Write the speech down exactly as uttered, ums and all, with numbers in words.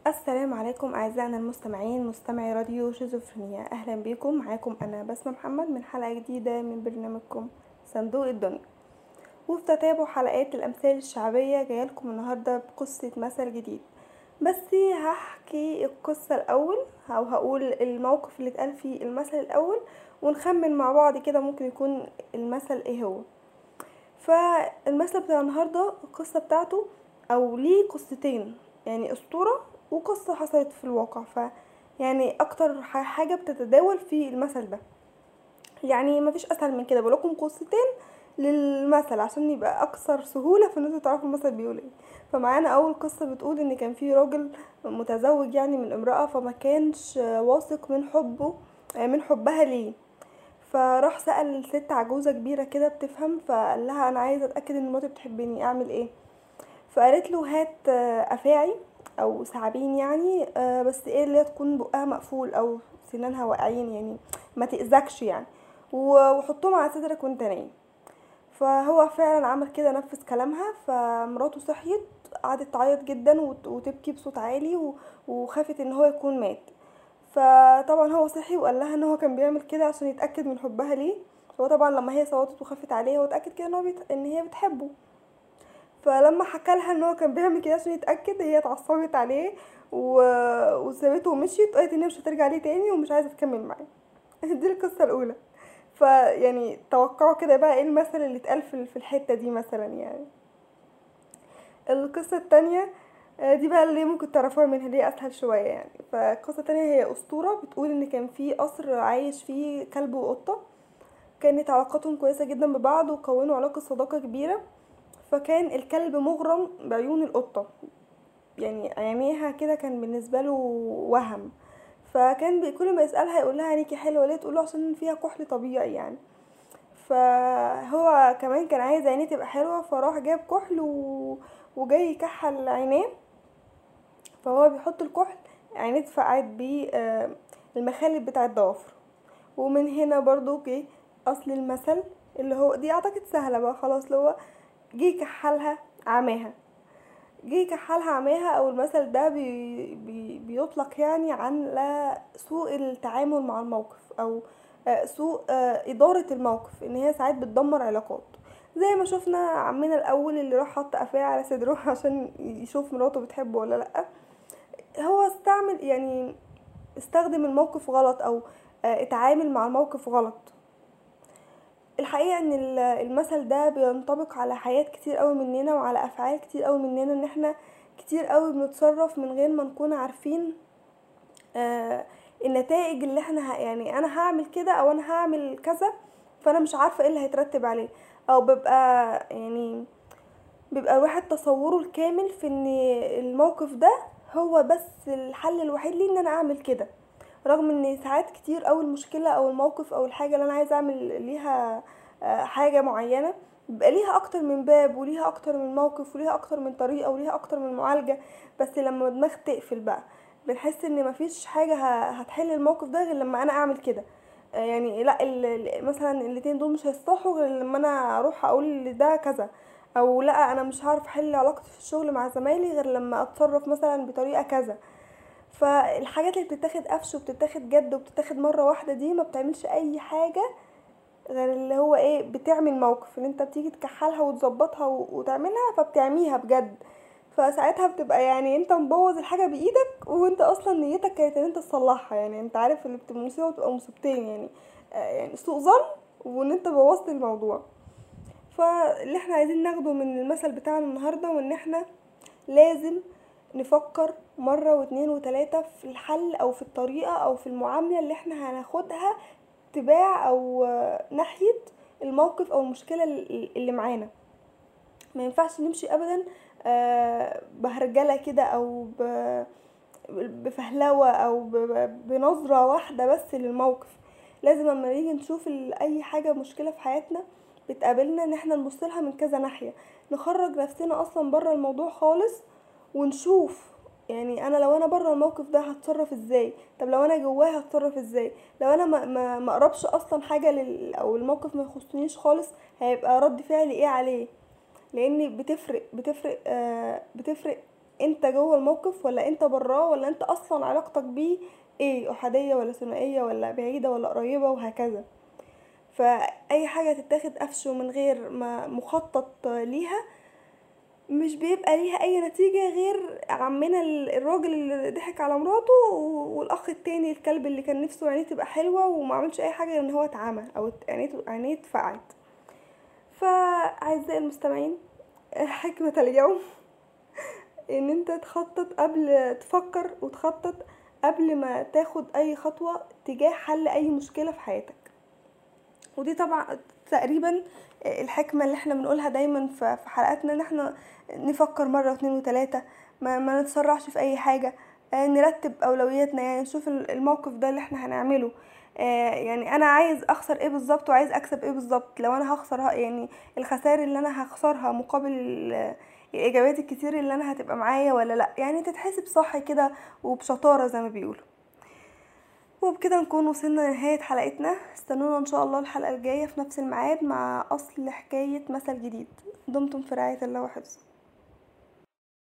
السلام عليكم اعزائنا المستمعين، مستمعي راديو شيزوفرينيا. اهلا بكم، معاكم انا بسمة محمد من حلقة جديدة من برنامجكم صندوق الدنيا. وفي تتابع حلقات الامثال الشعبية جايلكم النهاردة بقصة مثل جديد. بس هحكي القصة الاول او هقول الموقف اللي اتقال في المثل الاول، ونخمن مع بعض كده ممكن يكون المثل ايه هو. فالمثل بتاع النهاردة القصة بتاعته او ليه قصتين، يعني اسطورة وقصة حصلت في الواقع. ف يعني اكتر حاجة بتتداول في المثل ده، يعني مفيش اسهل من كده. بقولكم قصتين للمثل عشان يبقى اكثر سهولة في ان انتوا تعرفوا المثل بيقول ايه. فمعانا اول قصة بتقول ان كان في راجل متزوج يعني من امرأة، فما كانش واثق من حبه من حبها ليه. فراح سأل الست عجوزة كبيرة كده بتفهم، فقال لها انا عايزة اتأكد ان مراتي بتحبني، اعمل ايه؟ فقالت له هات افاعي او ثعابين، يعني آه، بس ايه اللي تكون بقها مقفول او سنانها واقعين، يعني ما تأذكش يعني، وحطهم على صدرك وانت نايم. فهو فعلا عمل كده، نفذ كلامها. فمراته صحيت، قعدت تعيط جدا وت- وتبكي بصوت عالي و- وخافت ان هو يكون مات. فطبعا هو صحي وقال لها ان هو كان بيعمل كده عشان يتأكد من حبها ليه. هو طبعا لما هي صوتت وخافت عليه هو اتأكد كده ان هو بيت... ان هي بتحبه. فلما حكى لها ان هو كان بيعمل كده عشان يتاكد، هي اتعصبت عليه و... وسابته ومشيت، وقالت ان هي مش هترجع ليه تاني ومش عايزه تكمل معاه. دي القصه الاولى. فيعني توقعوا كده بقى ايه المثل اللي اتقال في في الحته دي مثلا يعني. القصه التانية آه، دي بقى اللي ممكن تعرفوها منها، دي اسهل شويه يعني. فالقصه التانية هي اسطوره بتقول ان كان في قصر عايش فيه كلب وقطه. كانت علاقتهم كويسه جدا ببعض وكونوا علاقه صداقه كبيره. فكان الكلب مغرم بعيون القطه، يعني عينيها كده كان بالنسبه له وهم. فكان بي- كل ما يسالها يقول لها عينيكي حلوه ليه، تقول له عشان فيها كحل طبيعي يعني. فهو كمان كان عايز عينيه تبقى حلوه، فراح جاب كحل و... وجاي يكحل عينيه. فهو بيحط الكحل، عينيه اتفقعت بيه آه، المخالب بتاع الضوافر. ومن هنا برضو جه اصل المثل، اللي هو دي اعتقد سهله بقى خلاص، اللي هو جه يكحلها عماها. جه كحالها عماها. او المثل ده بي بي بيطلق يعني عن لا سوء التعامل مع الموقف، او آه، سوء آه، ادارة الموقف، ان هي ساعات بتدمر علاقات. زي ما شفنا عمنا الاول اللي راح حط قفاه على صدره عشان يشوف مراته بتحبه ولا لا. هو استعمل يعني استخدم الموقف غلط، او آه، اتعامل مع الموقف غلط. الحقيقة ان ال- المثل ده بينطبق على حياة كتير قوي مننا وعلى افعال كتير قوي مننا، ان احنا كتير قوي بنتصرف من غير ما نكون عارفين آه النتائج اللي احنا ه... يعني انا هعمل كده او انا هعمل كذا، فانا مش عارفة ايه اللي هيترتب عليه. او ببقى يعني بيبقى الواحد تصوره الكامل في ان الموقف ده هو بس الحل الوحيد لي ان انا اعمل كده، رغم ان ساعات كتير اوي المشكلة او الموقف او الحاجة اللي انا عايزة اعمل ليها آه، حاجة معينة بيبقى ليها اكتر من باب وليها اكتر من موقف وليها اكتر من طريقة وليها اكتر من معالجة. بس لما دماغ تقفل بقى بنحس ان مفيش حاجة ه- هتحل الموقف ده غير لما انا اعمل كده. آه، يعني لا ال- ال- مثلا الاتنين دول مش هيصلحوا غير لما انا اروح اقول ده كذا. او لا انا مش هعرف احل علاقتي في الشغل مع زمايلي غير لما اتصرف مثلا بطريقة كذا. فالحاجات اللي بتتاخد قفش وبتتاخد جد وبتتاخد مرة واحدة دي ما بتعملش اي حاجة غير اللي هو ايه، بتعمل موقف ان انت بتيجي تكحلها وتظبطها و- وتعملها فبتعميها بجد. فساعتها بتبقى يعني انت مبوظ الحاجة بايدك، وانت اصلا نيتك كانت ان انت تصلحها. يعني انت عارف اللي بتبقى مصيبة وتبقى مصيبتين يعني، آه يعني سوء ظن وان انت بوظت الموضوع. فاللي احنا عايزين ناخده من المثل بتاعنا النهاردة، وان احنا لازم نفكر مرة واتنين وتلاتة في الحل او في الطريقة او في المعاملة اللي احنا هناخدها تباع او آه، ناحية الموقف او المشكلة اللي اللي معانا. ما ينفعش نمشي ابدا آه، بهرجلة كده او ب- بفهلوة او ب- ب- بنظرة واحدة بس للموقف. لازم لما نيجي نشوف ال- اي حاجة مشكلة في حياتنا بتقابلنا ان احنا نبص لها من كذا ناحية، نخرج نفسنا اصلا بره الموضوع خالص ونشوف يعني انا لو انا بره الموقف ده هتصرف ازاي، طب لو انا جواه هتصرف ازاي، لو انا ما ما ما اقربش اصلا حاجه لل او الموقف ما يخصنيش خالص هيبقى رد فعلي ايه عليه. لان بتفرق بتفرق آه بتفرق انت جوه الموقف ولا انت براه، ولا انت اصلا علاقتك بيه ايه، احادية ولا ثنائية ولا بعيدة ولا قريبة، وهكذا. فاي حاجة تتاخد قفش ومن غير ما مخطط ليها مش بيبقى ليها اي نتيجة، غير عمنا ال- الراجل اللي ضحك على مراته، و- والاخ التاني الكلب اللي كان نفسه عينيه تبقى حلوة وما عملش اي حاجة غير ان هو اتعمى او ات- عينيه عينيه اتفقعت. فاعزائي المستمعين، حكمة اليوم ان انت تخطط قبل تفكر، وتخطط قبل ما تاخد اي خطوة تجاه حل اي مشكلة في حياتك. ودي طبعا تقريبا الحكمة اللي احنا بنقولها دايما في في حلقاتنا، ان احنا نفكر مرة واثنين وثلاثة، ما, ما نتسرعش في اي حاجة، آه، نرتب اولوياتنا، يعني نشوف الموقف ده اللي احنا هنعمله، آه، يعني انا عايز اخسر ايه بالظبط وعايز اكسب ايه بالظبط. لو انا هخسر ه- يعني الخسائر اللي انا هخسرها مقابل ال- الايجابيات الكتير اللي انا هتبقى معايا ولا لا، يعني تتحسب صح كده وبشطارة زي ما بيقولوا. وبكده نكون وصلنا لنهاية حلقتنا. استنونا ان شاء الله الحلقة الجاية في نفس الميعاد مع اصل حكاية مثل جديد. دمتم في رعاية الله وحفظه.